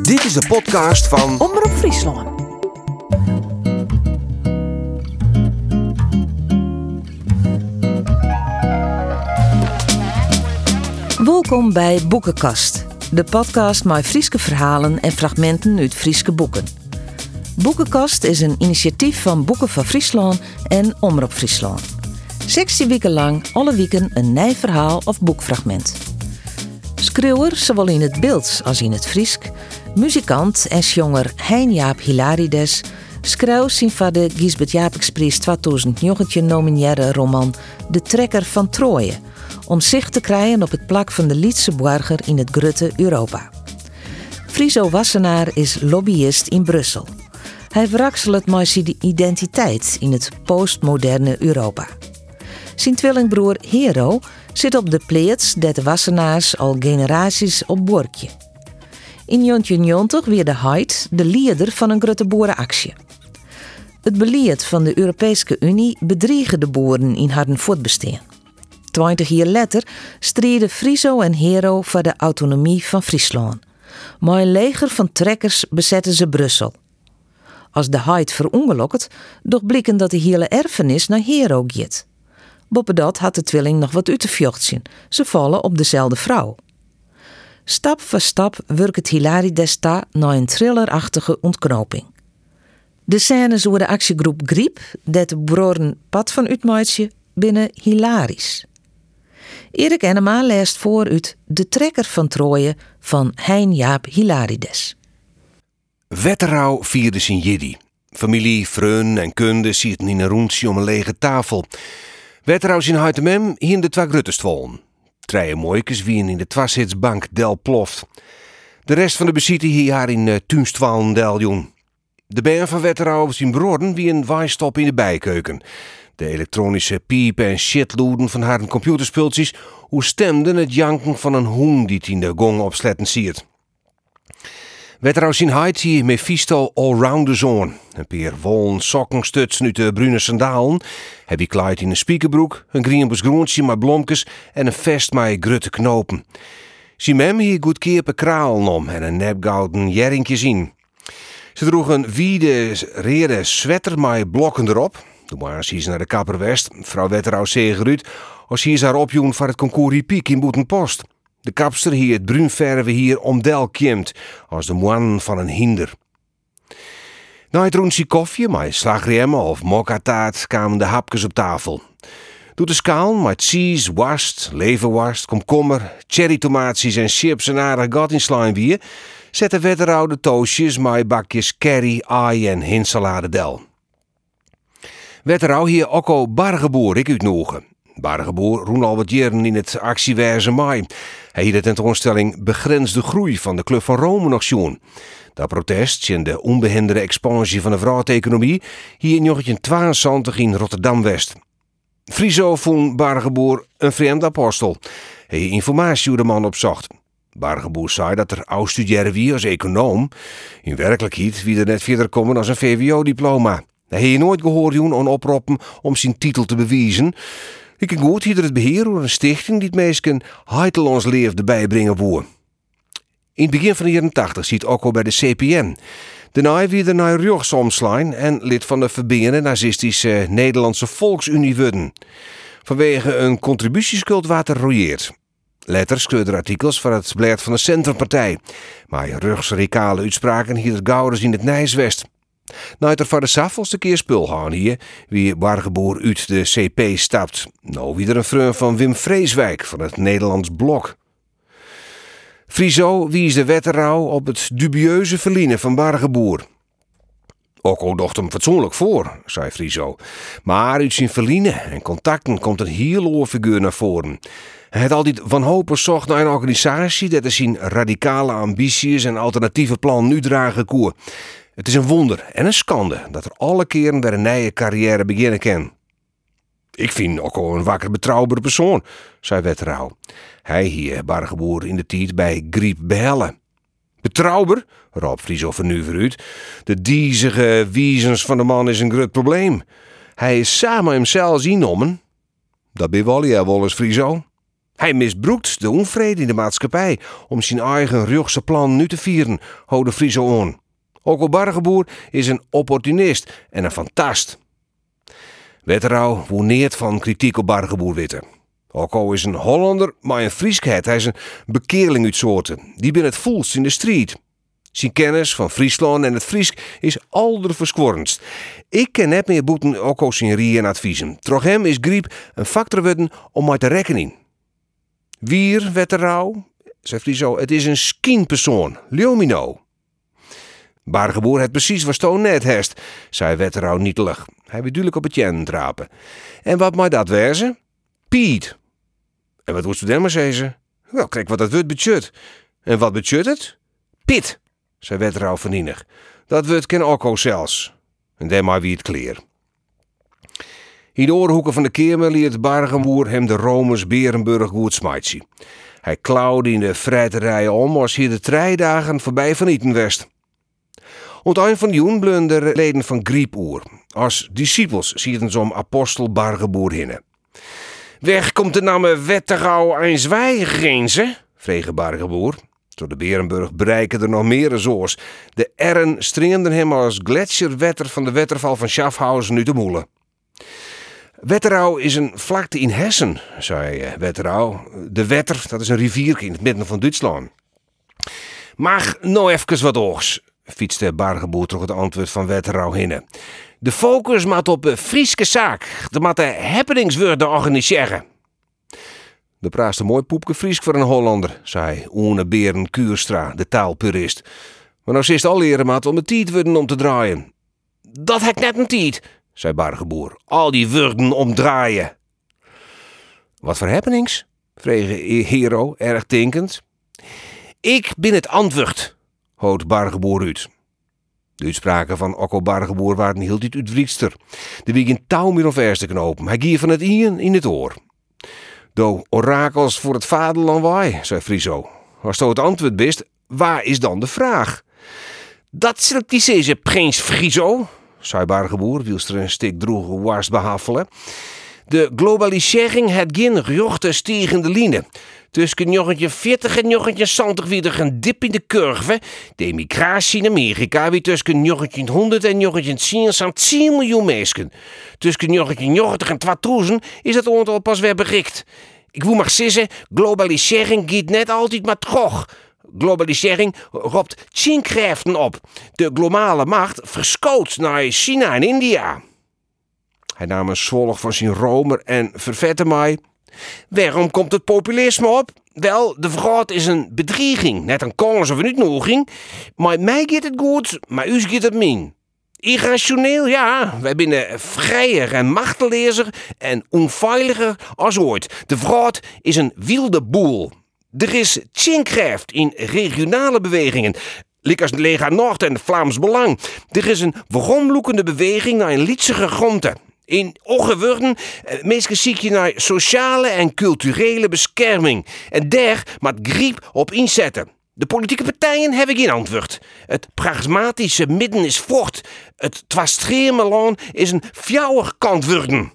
Dit is de podcast van Omroep Friesland. Welkom bij Boekenkast, de podcast met Frieske verhalen en fragmenten uit Frieske boeken. Boekenkast is een initiatief van Boeken van Friesland en Omroep Friesland. 16 weken lang, alle weken een nieuw verhaal of boekfragment. Schreeuwer, zowel in het beeld als in het Friesk, muzikant en jonger Hein-Jaap Hilarides, schreeuwt zijn van de Gisbert Japeksprijs 2019 nomineerde roman De Trekker van Troje, om zicht te krijgen op het plak van de Lietse burger in het grutte Europa. Friso Wassenaar is lobbyist in Brussel. Hij verrakselt met zijn identiteit in het postmoderne Europa. Zijn tweelingbroer Hero zit op de plaats dat de Wassenaars al generaties op borkje. In 1990 weer de Heid de leider van een grote boerenactie. Het beleid van de Europese Unie bedriegen de boeren in haar voortbestaan. 20 jaar later streden Friso en Hero voor de autonomie van Friesland. Maar een leger van trekkers bezetten ze Brussel. Als de Heid verongelukt, doch blikken dat de hele erfenis naar Hero gaat. Boppen dat had de tweeling nog wat uit te vjochten. Ze vallen op dezelfde vrouw. Stap voor stap werkt het Hilarides naar een thrillerachtige ontknoping. De scènes door de actiegroep Griep, dat de broeren pad van uitmaatje, binnen hilarisch. Erik Enema leest voor uit De Trekker van Troje van Hein-Jaap Hilarides. Wetterau vierde zijn jiddy. Familie, vreun en kunde zitten in een roentje om een lege tafel. Wetterau zijn huitemem hier de twee gruttestvollen. Treien mooikes wien in de twasitsbank del ploft. De rest van de bezitten hier haar in tuinstwalen del jong. De band van Wetterau op zijn broeren wie een waaistop in de bijkeuken. De elektronische piep en shitloeden van haar computerspultjes hoe stemden het janken van een hoen die het in de gong opsletten siert. Wetterau zijn huid hier Mephisto allround zone. Een paar wollen sokken stutsen uit de brune sandalen. Heb je kleid in een spiekerbroek, een grienbos groentje met blomkes en een vest met grutte knopen. Zijn mem hier goedkeerpe kralen om en een nepgouden jerrinkje zien. Ze droeg een wiede rede sweater met blokken erop. Toen maar zie ze naar de kapper West, vrouw Wetterau zegeruut, als hier haar opjoen voor het concours Piek in Boetenpost. De kapster hier het bruinverven hier omdel kiemt, als de moan van een hinder. Na het roentje koffie, met slagremmen of mokkataart, kwamen de hapjes op tafel. Doe de schaal met cheese, worst, leverworst, komkommer, cherrytomaatjes en chips en aardig gat in slijmbier, zette Wetterau de toastjes met bakjes curry, aai en hinsalade del. Wetterau hier ook al Bargeboer ik uitnoegen. Bargeboer roen al wat jaren in het actiewijze mei. Hij hield de tentoonstelling Begrensde Groei van de Club van Rome nog zien. Dat protest en de onbehinderde expansie van de vrouweteconomie hier in 1972 in Rotterdam-West. Friso vond Bargeboer een vreemde apostel. Hij informatie hoe de man opzocht. Bargeboer zei dat er oud studeren wie als econoom. In werkelijkheid wie er net verder komen als een VWO-diploma. Hij heeft nooit gehoord aan oproepen om zijn titel te bewijzen. Ik kan goed hier het beheer door een stichting die het meesken Heitelons leefde bijbrengen woe. In het begin van de jaren 80 ziet ook al bij de CPN. Daarna wie er naar rechtsomslaan en lid van de verbindende nazistische Nederlandse Volksunie worden. Vanwege een contributieschuld wat er royeert. Letters scheurde artikels van het blad van de Centrumpartij. Maar rechtsradicale uitspraken hier het Gouders in het Nijswest. Nou, er voor de Saffels de keer spul gaan hier, wie Bargeboer uit de CP stapt. Nou, wie er een vreun van Wim Vreeswijk van het Nederlands Blok. Friso wies de Wetterau op het dubieuze verliezen van Bargeboer. Ook al docht hem fatsoenlijk voor, zei Friso. Maar uit zijn verliezen en contacten komt een heel oorfiguur naar voren. Hij had altijd wanhopig zocht naar een organisatie dat er zijn radicale ambities en alternatieve plan nu dragen koer. Het is een wonder en een schande dat er alle keren weer een nieuwe carrière beginnen kan. Ik vind ook al een wakker betrouwbare persoon, zei Wetterau. Hij hier Bargeboer in de tijd bij Griep behellen. Betrouwbaar, roept Friso vernuver uit. De diezige wiezens van de man is een groot probleem. Hij is samen hemzelf ingenomen. Dat ben wel eens Friso. Hij misbruikt de onvrede in de maatschappij om zijn eigen rugse plan nu te vieren, houdt de Friso aan. Okko Bargeboer is een opportunist en een fantast. Wetterau woeneert van kritiek op Bargeboer witte. Okko is een Hollander, maar een Frieskheid. Hij is een bekeerling uit soorten. Die ben het voelst in de street. Zijn kennis van Friesland en het Friesk is alder verskwornst. Ik ken net meer boeten Okko zijn rie en adviezen. Troch hem is Griep een factor worden om maar te rekening. Wier, Wetterau, zei Friso, het is een skienpersoon, Leomino. Bargeboer het precies wat Stoon net hest, zei Wetterau nietelig. Hij wil duidelijk op het jen trapen. En wat mij dat wezen? Piet. En wat woest u dan maar, zei ze? Wel, kijk wat dat wordt budget. En wat budget het? Piet, zei Wetterau vernienig. Dat wordt ken Okko zelfs. En dan maar wie het kleer. In de oorhoeken van de Keerme liet Bargeboer hem de Romers Berenburg goed smijtsie. Hij klauwde in de vrijterijen om als hier de 3 dagen voorbij van Itenwest. Op het eind van Joen bleven de leden van Griep oer. Als discipels zitten ze om apostel Bargeboer hinnen. Weg komt de naam Wetterau en Zwijgrenzen, vregen Bargeboer. Door de Berenburg bereiken er nog meer zoors. De erren streamden hem als gletsjerwetter van de wetterval van Schaffhausen uit de moelen. Wetterau is een vlakte in Hessen, zei Wetterau. De Wetter, dat is een rivierke in het midden van Duitsland. Mag nou even wat oors, fietste Bargeboer toch het antwoord van Wetterau hinnen. De focus moet op Frieske zaak. Er moeten happenings worden organiseren. De praat een mooi poepke Friesk voor een Hollander, zei Oene Beren Kuurstra, de taalpurist. Maar nou zist al leren maat om de tijd worden om te draaien. Dat heb ik net een tijd, zei Bargeboer. Al die woorden omdraaien. Wat voor happenings? Vreeg Hero, erg denkend. Ik ben het antwoord, hoort Bargeboer uit. De uitspraken van Okko Bargeboer waren heel dit uitwriekster. De wie geen touw meer of eerste knopen. Hij gier van het ien in het oor. Do orakels voor het vaderland waai, zei Friso. Als dat het antwoord bist, waar is dan de vraag? Dat zult die zeggen, prins Friso, zei Bargeboer, wiels er een stik droege worst behaffelen. De globalisering het geen rechte stijgende lijnen. Tussen 1940 en 1970 weer een dip in de curve. De emigratie in Amerika weer tussen 1900 en 1910 10 miljoen mensen. Tussen 1990 en 2000 is het aantal pas weer bereikt. Ik wil maar zeggen, globalisering gaat net altijd maar terug. Globalisering roept zinkräften op. De globale macht verskoot naar China en India. Hij nam een zwolg van zijn romer en vervette mij. Waarom komt het populisme op? Wel, de vraag is een bedreiging, net een kans of een uitnodiging. Maar mij gaat het goed, maar u gaat het min. Irrationeel, ja. Wij zijn vrijer en machtelozer en onveiliger als ooit. De vraag is een wilde boel. Er is zinkräft in regionale bewegingen. Lik als Lega Noord en Vlaams Belang. Er is een veromloekende beweging naar een lietsige grondte. In Oggewoorden, mensen zieken naar sociale en culturele bescherming. En daar moet Griep op inzetten. De politieke partijen hebben geen antwoord. Het pragmatische midden is voort. Het twastreemelaan is een fjouwer kant worden.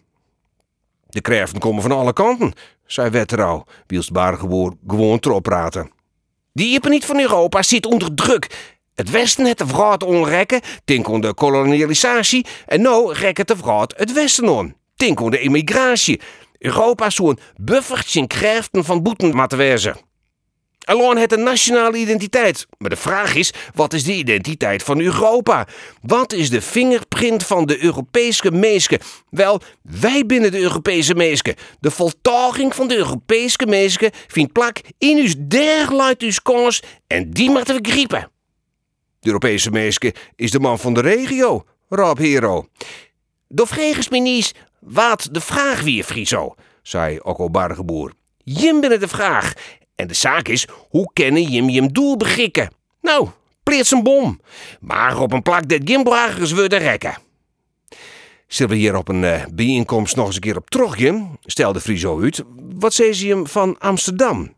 De kräften komen van alle kanten, zei Wetterau, wiels Bargeboer gewoon erop praten. Die Ippen niet van Europa zit onder druk. Het Westen het de vraag onrekken, denk aan de kolonialisatie, en nou rekken de vraag het Westen on. Denk aan de immigratie. Europa zou een buffertje in kräften van boeten moeten wezen. Alleen het een nationale identiteit. Maar de vraag is, wat is de identiteit van Europa? Wat is de vingerprint van de Europese meeske? Wel, wij binnen de Europese meeske. De voltooiing van de Europese meeske vindt plak in uw derluid uw kans en die moeten we griepen. De Europese meeske is de man van de regio, Rob Hero. Door vregens menies, wat de vraag weer, Friso, zei Okko Bargeboer. Jim binnen de vraag. En de zaak is, hoe kennen Jim doel begrikken? Nou, pleert zijn bom. Maar op een plak dat Jimbragers worden rekken. Zullen we hier op een bijeenkomst nog eens een keer op terug, Jim? Stelde Friso uit. Wat zei ze hem van Amsterdam?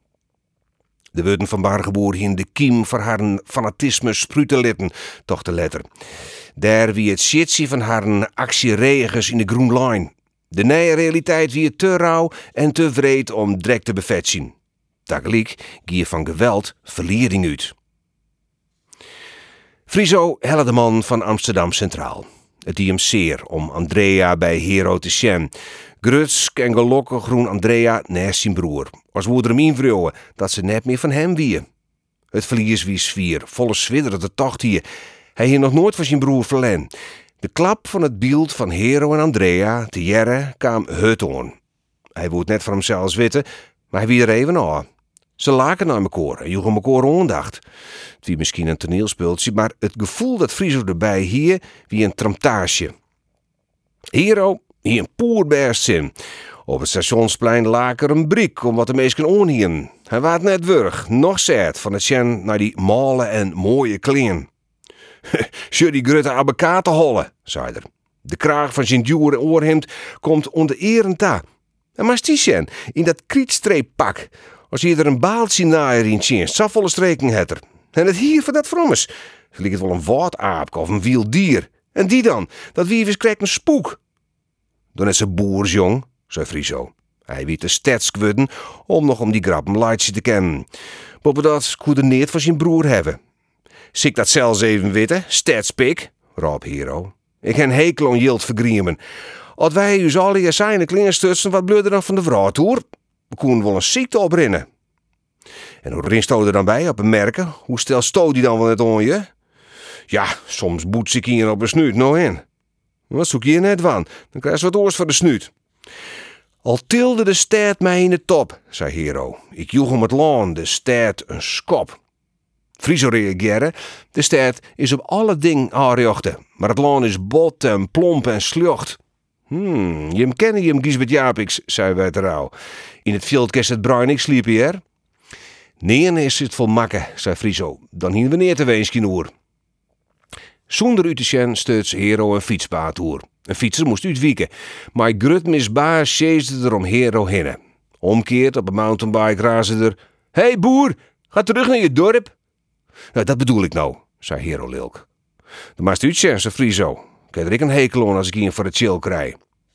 De woorden van Bargeboer in de kiem voor haar fanatisme spruitelitten, toch de letter. Daar wie het shitsie van haar actieregers in de Groen Line. De nieuwe realiteit wie te rauw en te wreed om direct te bevetsen. Tegelijk gie van geweld verliering uit. Friso helle de man van Amsterdam Centraal. Het die hem zeer om Andrea bij Hero te zien. Grutsk en gelukkig groen Andrea naast zijn broer. Als woeder hem invrouwen dat ze net meer van hem wie. Het verlies wie sfeer, volle zwidderende tocht hier. Hij heeft nog nooit van zijn broer verlen. De klap van het beeld van Hero en Andrea te Jerre kwam het on. Hij woed net van hemzelf weten, maar hij wie er even aan. Ze laken naar elkaar en joegen elkaar aandacht. Het wie misschien een toneelspeeltje, maar het gevoel dat Friso erbij hier wie een tramtage. Hero hier een poerbest zin. Op het stationsplein laken een brik om wat de meesten onhien. Hij waart net wurg, nog zet van het chen naar die male en mooie kleen. Zul die grutte abekaten hollen, zei er. De kraag van zijn dure oorhemd komt onder eren ta. En maar stiechen in dat krietstreeppak. Als je er een baaltje naaier in zien, zo volle streken het er. En het hier van dat frommes. Gelijk het wel een waadaapke of een wild dier. En die dan, dat wie eens krijgt een spook. Dan is ze boersjong, zei Friso. Hij weet de stedskudden om die grap een lightje te kennen. Boven dat koederneert van zijn broer hebben. Zie ik dat zelfs even weten, stedspik, roep Hero. Ik heb een hekel aan jild vergriemen. Als wij u al hier zijn en klingen stutsen, wat bleurde dan van de vrouw toer? We konden wel een ziekte oprinnen. En hoe rinst er dan bij op een merken? Hoe stel stoot die dan wel net on je? Ja, soms boets ik hier op een snuit nou in. Wat zoek je hier net van? Dan krijg je wat oors van de snuit. Al tilde de stad mij in de top, zei Hero. Ik joeg om het laan, de stad een skop. Friso reageerde, de stad is op alle dingen aanrechten, maar het laan is bot en plomp en slucht. Je kennen je hem Gisbert Japiks, zei Wetterau. In het veld kerst het bruin ik sliep hier. Nee, is het vol makken, zei Friso. Dan hien we neer te weenskin oer. Zonder u te zien stuits Hero een fietspaad oer. Een fietser moest uitwieken, maar grut misbaar sjeesde er om Hero heen. Omkeert op een mountainbike razen er. Hey boer, ga terug naar je dorp. Nou, dat bedoel ik nou, zei Hero Lilk. De maast uitzien, zei Friso. Ik heb er ik een hekel aan als ik hier voor de chill krijg.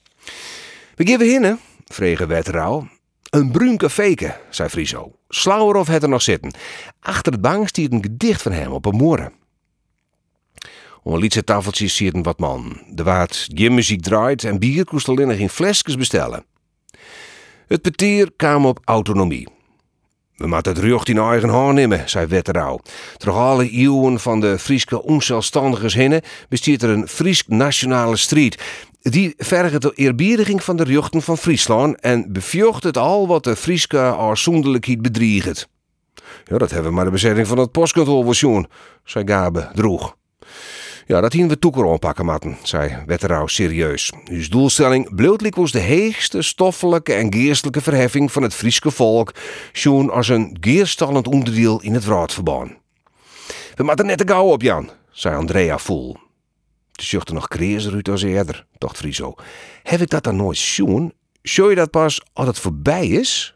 We geven hinnen, vregen Wetterau. Een bruin caféke, zei Friso. Slauwerhof het er nog zitten. Achter het bank stiert een gedicht van hem op een moeren. Om een liedse tafeltjes zitten wat man. Er waard gymmuziek draait en bier koest alleen geen flesjes bestellen. Het petier kwam op autonomie. We moeten het recht in eigen hand nemen, zei Wetterau. Door alle eeuwen van de Frieske onzelfstandigers heen bestiert er een Friesk nationale strijd. Die vergt de eerbiediging van de rechten van Friesland en bevjocht het al wat de Frieske afzonderlijkheid bedriegt. Ja, dat hebben we maar de bezetting van het postkantoor wel zien, zei Gabe droeg. Ja, dat hien we toeker aanpakken matten, zei Wetterau serieus. Uw doelstelling blootlijk was de heegste stoffelijke en geestelijke verheffing van het Frieske volk, zo'n als een geerstallend onderdeel in het raadverband. We moeten net te gauw op, Jan, zei Andrea vol. Ze zuchtte nog kreezer uit als eerder, dacht Friso. Heb ik dat dan nooit zien? Zou je dat pas als het voorbij is?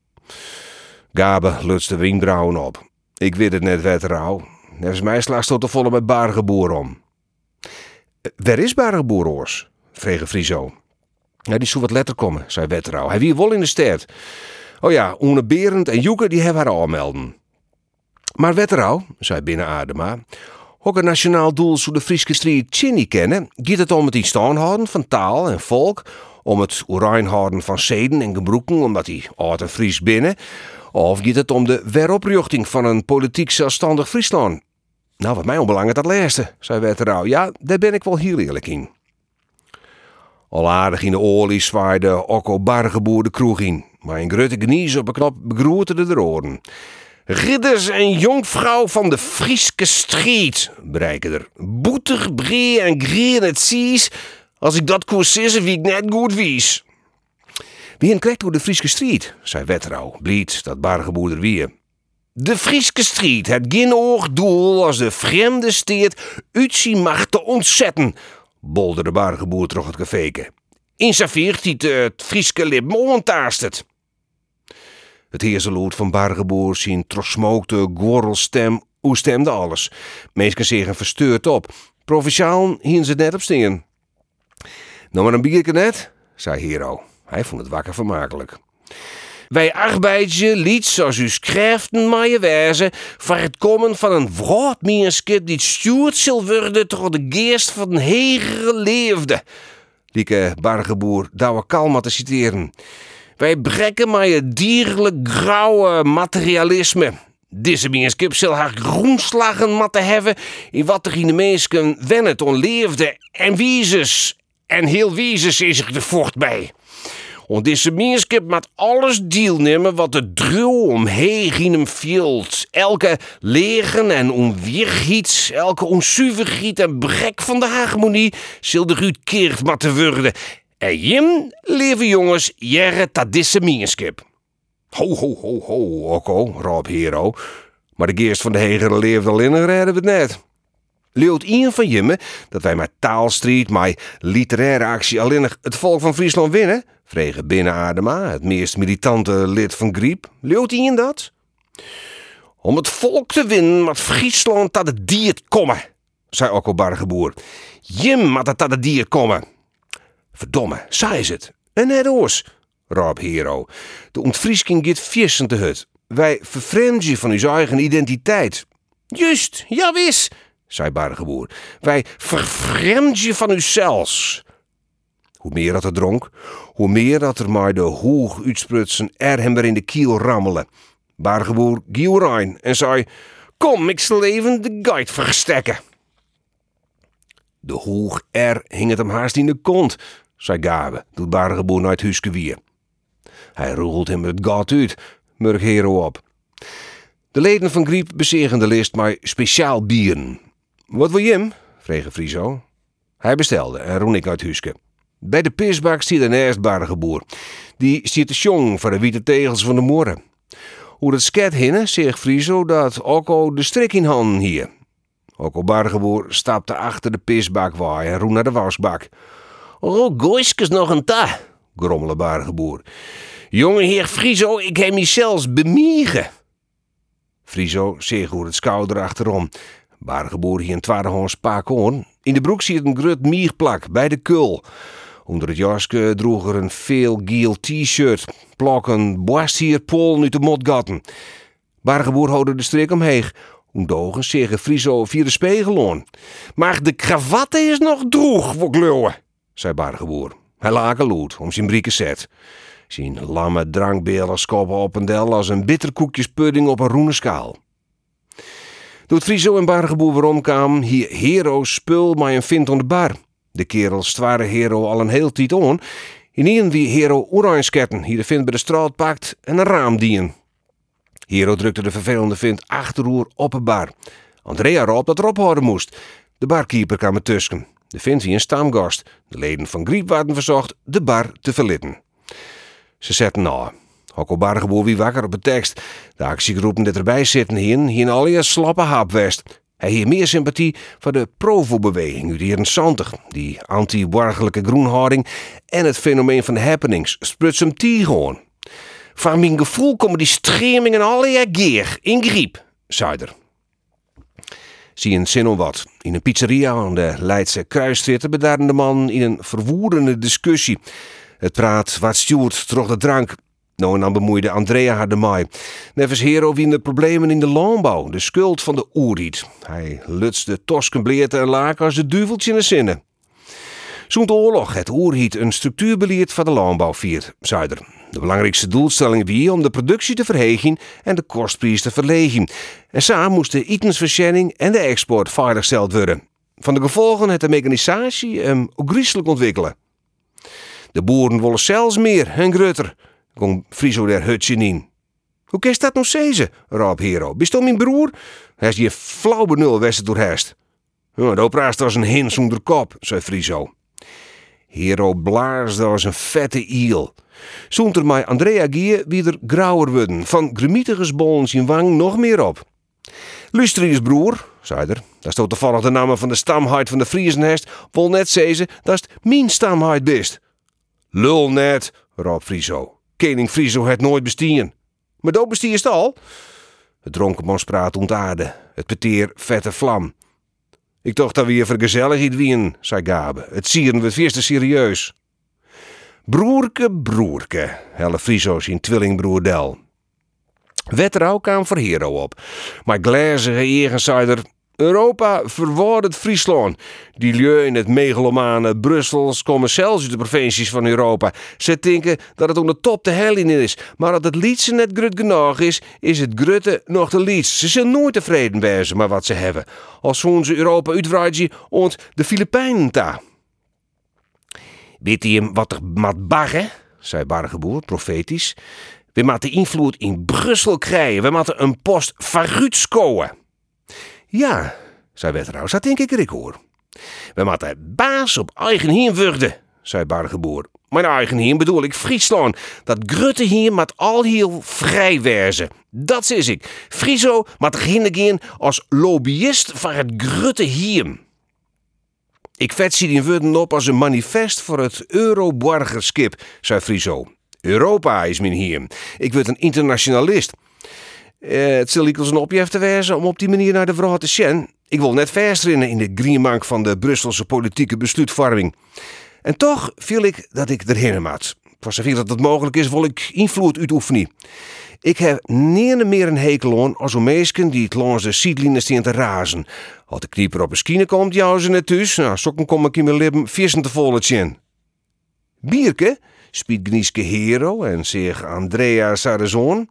Gabe lutste wenkbrauwen op. Ik weet het net, Wetterau. Nevens mij slaagt tot de volle met Bargeboer om. Waar is Bargeboer oors? Vregen Friso. Ja, die zou wat letter komen, zei Wetterau. Hij wie wel in de stad. Oh ja, Oene Berend en Joeke die hebben haar aanmelden. Maar Wetterau, zei binnen Adema, ook een nationaal doel zou de Frieske strijd Chinny kennen, gaat het om het in stand houden van taal en volk, om het oranje houden van zeden en gebroeken, omdat die oud en Fries binnen, of gaat het om de weroprichting van een politiek zelfstandig Friesland? Nou, wat mij onbelangrijk dat laatste, zei Wetterau. Ja, daar ben ik wel heel eerlijk in. Al aardig in de olie zwaaide Okko Bargeboer de kroeg in, maar een grote genies op een knop begroette de oren. Ridders en jonkvrouw van de Frieske strijd, bereiken er. Boetig, bree en green het zies, als ik dat koers sissen wie ik net goed wies. Wie een krijgt door de Frieske strijd, zei Wetterau, blied dat Bargeboer er weer. De Frieske strijd het geen oog doel als de vreemde steert uit zijn macht te ontzetten, bolde de Bargeboer terug het caféke. In zijn veert het Frieske lip ontaastet. Het heerselood van Bargeboer zijn trosmookte gorrelstem oestemde alles. Meesten zeggen versteurd op. Provinciaal hien ze net op steen. Nou maar een bierke net, zei Hero. Hij vond het wakker vermakelijk. Wij arbeidje liet zoals uw kräften maaien wijzen voor het komen van een vroodmierskip die stuurd zal worden door de geest van een hegere leefde. Lieke Bargeboer Douwe Kalma te citeren. Wij brekken maar je dierlijk grauwe materialisme. Deze mierskip zal haar groenslagen matten hebben in wat er in de mensen wennet on leefde en wieses. En heel wieses is er de voort bij. En deze mierskip moet alles deelnemen wat de druw omheen in hem vielt. Elke legen en onweergiet, elke onzuivergiet en brek van de harmonie zal er uitkeerd moeten worden. En jim, lieve jongens, jere dat deze mierskip. Ho, ho, ho, ho, Okko, Rob Hero. Maar de geest van de hegere leefde al in en redden we het net. Leeuwt een van jimme dat wij met taalstrijd, met literaire actie alleen het volk van Friesland winnen? Vregen Binnen Adema, het meest militante lid van Griep. Leeuwt een dat? Om het volk te winnen moet Friesland tot het dier komen, zei Okko Bargeboer. Jim moet het tot het dier komen. Verdomme, zei ze het. En net oors, Rob Hero. De ontvriesking gaat viersen te hut. Wij vervreemden je van uw eigen identiteit. Juist, ja wis, zei Bargeboer. Wij vervreemden je van uzelfs. Hoe meer dat er dronk, hoe meer dat er maar de hoog uitsprutsen hem weer in de kiel rammelen. Bargeboer giel rein en zei, kom, ik zal even de guide verstekken. De hoog hing het hem haast in de kont, zei Gabe, toen Bargeboer naar het huisje weer. Hij roelt hem het gat uit, murk Hero op. De leden van Griep bezegen de list maar speciaal bieren. Wat wil je hem? Vregen Friso. Hij bestelde en roen ik uit het huisje. Bij de pisbak stiet een eerst Bargeboer. Die stiet de sjong voor de witte tegels van de morren. Hoe het sket hinnen, zegt Friso dat Okko de strik in handen hier. Okko Bargeboer stapte achter de pisbak waar en roen naar de wasbak. Oh, goiskes nog een ta, grommelde Bargeboer. Jonge heer Friso, ik heb me zelfs bemieren. Friso zeeg hoe het schouder achterom. Bargeboer hier een tweedehands pak hoorn. In de broek ziet een grut mierplak bij de kul. Onder het jasje droeg er een veel geel t-shirt. Plak een boastierpol uit de motgatten. Bargeboer hoorde de strik omheen. Ondogen zeggen Friso via de spiegel aan. Maar de kravatte is nog droeg, voor gleuwen, zei Bargeboer. Hij laken lood om zijn brieken zet. Zijn lamme drankbelen skoppen op een del als een bitterkoekjespudding op een roene schaal. Toen Friso en Bargeboer weer omkwamen, hier Hero spul maar een vint aan de bar. De kerels stwaren Hero al een heel tijd aan. In een wie Hero oranjesketten hier de vint bij de straat pakt en een raam dien. Hero drukte de vervelende vint achteroer op een bar. Andrea roep dat er ophouden moest. De barkeeper kwam ertussen. De vint wie een stamgast. De leden van Griep waren verzocht de bar te verlitten. Ze zetten na. Okko Bargeboer wie wakker op de tekst. De actiegroepen dat erbij zitten hier al je slappe haapwest. Hij heeft meer sympathie voor de Provo-beweging uit de jaren 70. Die anti-borgerlijke groenhouding en het fenomeen van de happenings spruts hem gewoon. Van mijn gevoel komen die stremingen alle jaar geer in Griep, zei er. Zie een zin om wat. In een pizzeria aan de Leidse Kruisstraat bedaarde de man in een verwoedende discussie. Het praat wat stuurt terug de drank. Nou, en dan bemoeide Andrea haar ermee. Nevens Hero wien de problemen in de landbouw, de schuld van de oerriet. Hij lutste toskenbleerte en laak als de duveltje in de zinnen. Zo'n de oorlog het oerriet een structuurbeleid van de landbouw viert, zei er. De belangrijkste doelstelling wie om de productie te verhegen en de kostprijs te verlegen. En samen moest de etensverschenning en de export veiliggesteld worden. Van de gevolgen het de mechanisatie hem griezelig ontwikkelen. De boeren willen zelfs meer en grutter, kon Friso der hutje in. Hoe kerst dat nog zezen, Rob Hero? Bist mijn broer? Hij is die flauw benul west door hest. Ja, dat praat als een hin zonder kop, zei Friso. Hero blaasde als een vette iel. Zonder mij Andrea Gie weer grauwer worden, van grumietige zijn wang nog meer op. Luister eens, broer, zei er. Daar stond toevallig de naam van de stamheid van de Friesenhest. Wil net zezen, dat is mijn stamheid best. Lul net, roep Friso. Koning Friso het nooit bestien. Maar dat bestiert het al. Het dronkenmans praat ontaarde. Het peteer vette vlam. Ik dacht dat we hier vergezelligheid wien, zei Gabe. Het sieren we het eerste serieus. Broerke, helle Friso zijn tweelingbroer Del. Wetterau kwam voor Hero op. Maar glazige egen zei er: Europa verwoordt Friesland. Die lui in het megalomane Brussels komen zelfs uit de provincies van Europa. Ze denken dat het om de top te hellen is. Maar als het Lietse net grut genoeg is, is het grutte nog te Liets. Ze zullen nooit tevreden wezen met wat ze hebben. Als ze Europa uitwaaien ont de Filipijnen ta. Weet je hem wat er mat baggen? Zei Bargeboer profetisch. We moeten invloed in Brussel krijgen. We moeten een post varuit scoren. Ja, zei Wetterau, dat denk ik er ik hoor. We moeten baas op eigen heen worden, zei Bargeboer. Mijn eigen heen bedoel ik Friesland. Dat grutte hier moet al heel vrij wezen. Dat is ik. Friso moet beginnen als lobbyist van het grutte hier. Ik vet zie die woorden op als een manifest voor het Euroborgerskip, zei Friso. Europa is mijn hier. Ik word een internationalist. Het zal ik als een opjef te wezen om op die manier naar de vrouw te zien. Ik wil net vastrennen in de greenbank van de Brusselse politieke besluitvorming. En toch viel ik dat ik erheen moet. Voor zover dat het mogelijk is, wil ik invloed uitoefenen. Ik heb niet meer een hekel aan als meesken die het langs de siedlingen staan te razen. Als de knieper op een skine komt, jou ze net thuis. Nou, sokken kom ik in mijn lippen vissen te volletje in. Bierke, spiet Gnieske Hero en zegt Andrea Sarrazon.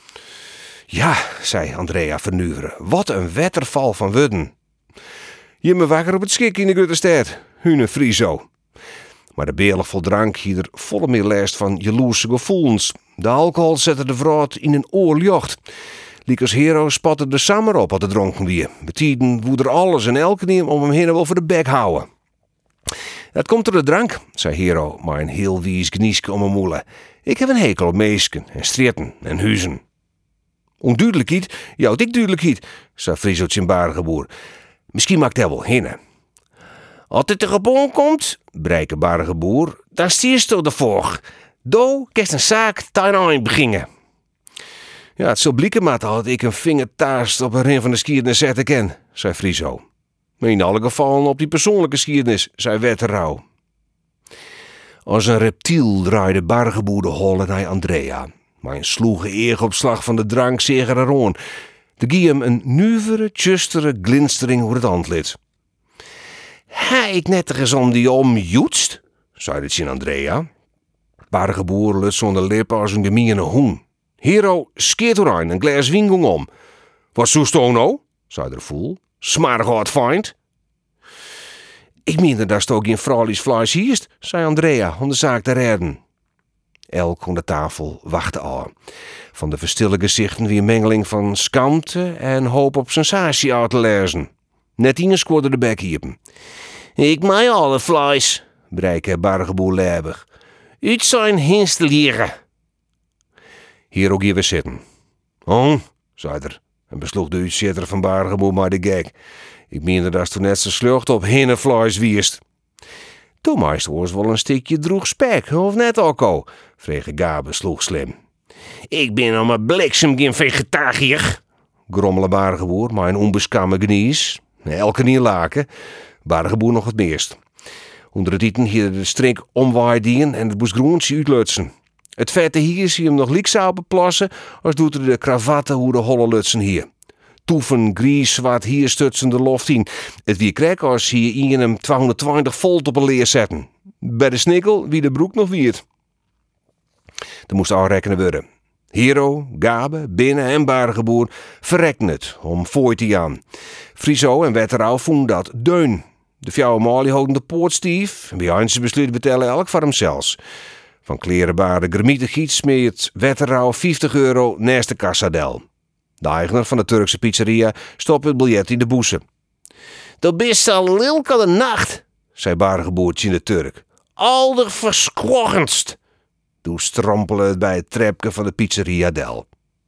Ja, zei Andrea vernuiveren. Wat een wetterval van wudden. Je me wakker op het schik in de Guttestad, Hune Friso. Maar de beerlijk vol drank hier er volle meer last van jaloerse gevoelens. De alcohol zette de vrouw in een oorjocht. Liekers Hero spatte de samen op wat het dronken weer. Betieden woeder alles en elke neem om hem heen over de bek houden. Het komt door de drank, zei Hero, maar een heel wies Gnieske om een moele. Ik heb een hekel op meesken en streten en huizen. Onduidelijkheid? Ja, ik duidelijkheid, zei Friso Bargeboer. Misschien maakt hij wel hinnen. Als dit er gewoon komt, breiken Bargeboer, dan stierst je ervoor. Do kerst een zaak tuin beginnen. Ja, het zal blikken maar dat ik een vingertaast op een rin van de skiernis zetten ken, zei Friso. Maar in alle gevallen op die persoonlijke skiernis, zei Wetterau. Als een reptiel draaide Bargeboer de holle naar Andrea. Maar een sloege eeropslag van de drank zeger eroon. De gie hem een nuivere, tjustere glinstering over het antlid. Hij ik net er eens om die omjoetst, zei het zien Andrea. Bargeboer lut zonder lippen als een gemiene hoen. Hero skeert erin een glas wien ging om. Wat zoest nou? zei de voel. Smarig hard feind. Ik meende dat ook geen vrouwelijks vlees hierst, zei Andrea om de zaak te redden. Elk om de tafel wachtte aan. Van de verstille gezichten weer mengeling van schaamte en hoop op sensatie uit te lezen. Net Ine scoorde de bek hiepen. Ik mij alle vlees, breike Bargeboer lebig. Uit zijn hinste leren. Hier ook hier weer zitten. Oh, zei er, en besloeg de uitzitter van Bargeboer maar de gek. Ik meende dat toen net zo slucht op hinnenvlees wierst. Toen meest was wel een stukje droeg spek, of net ook? Vreeg Gabe sloeg slim. Ik ben al mijn bliksem geen vegetariër, grommelde Bargeboer, maar een onbeskamme genies. Elke niet laken. Bargeboer nog het meest. Onder het eten hier de strik omwaaidien en het moest groentje uitlutsen. Het vette hier zie hem nog lieksaal beplassen, als doet er de kravatten hoe de holle lutsen hier. Toeven, gries, zwart hier stutsen de loft in. Het wie krek als hier in hem 220 volt op een leer zetten. Bij de snikkel wie de broek nog wiert. Er moest aanrekenen worden. Hero, Gabe, Binnen en Bargeboer verrekten het om voor te gaan. Friso en Wetterau vonden dat deun. De fjouwe Mali houden de poort stief en bij Heinze besluit betellen elk voor hemzelfs. Van klerenbare gremietengiet smeert Wetterau €50 naast de kassadel. De eigenaar van de Turkse pizzeria stopt het biljet in de boeze. Dat bist al lilke de nacht, zei Bargeboertje in de Turk. Alder verschroggenst. Toen strompelde het bij het trapje van de pizzeria Del.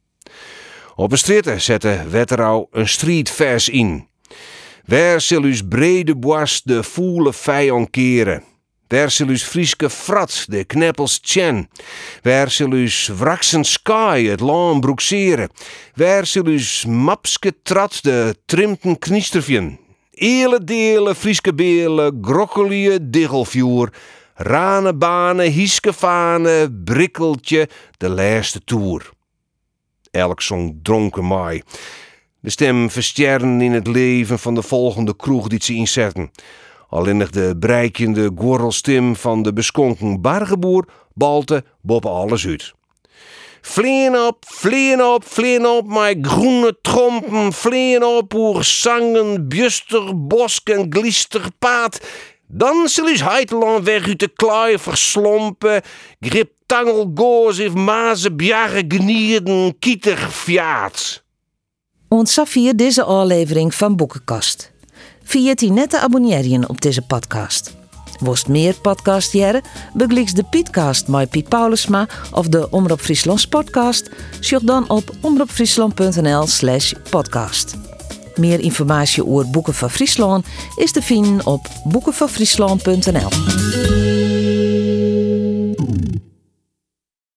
Op een stritten zette Wetterau een streetvers in. Waar zal us brede bois de voele vijand keren? Waar zal us Frieske frat de kneppels tjen? Waar zal us wraksen sky het laan broekseren? Waar zal us mapske trat de trimten kniestervjen? Eele dele Frieske beele grokkelie diggelvjoer. Ranebanen, Hieskevanen, Brikkeltje, de laatste toer. Elk zong dronken maai. De stem versterren in het leven van de volgende kroeg die ze inzetten. Alleen nog de breikende gorrelstem van de beskonken bargeboer balte boven alles uit. Vleen op, mijn groene trompen, vleen op, oer zangen, bjuster, bosk en glister paad. Dan zal is heiteland weg uit de klei verslompen, grip tangel goos if mazen bjarre gnieren, kieter fjaat. Ontzag vier deze aflevering van Boekenkast. Vergeet je net te abonneren op deze podcast. Wost meer podcast jaren, bekliks de Pietcast met Piet Paulusma of de Omroep Friesland podcast. Zoek dan op omroepfriesland.nl/podcast. Meer informatie over Boeken van Friesland is te vinden op boekenvanfriesland.nl.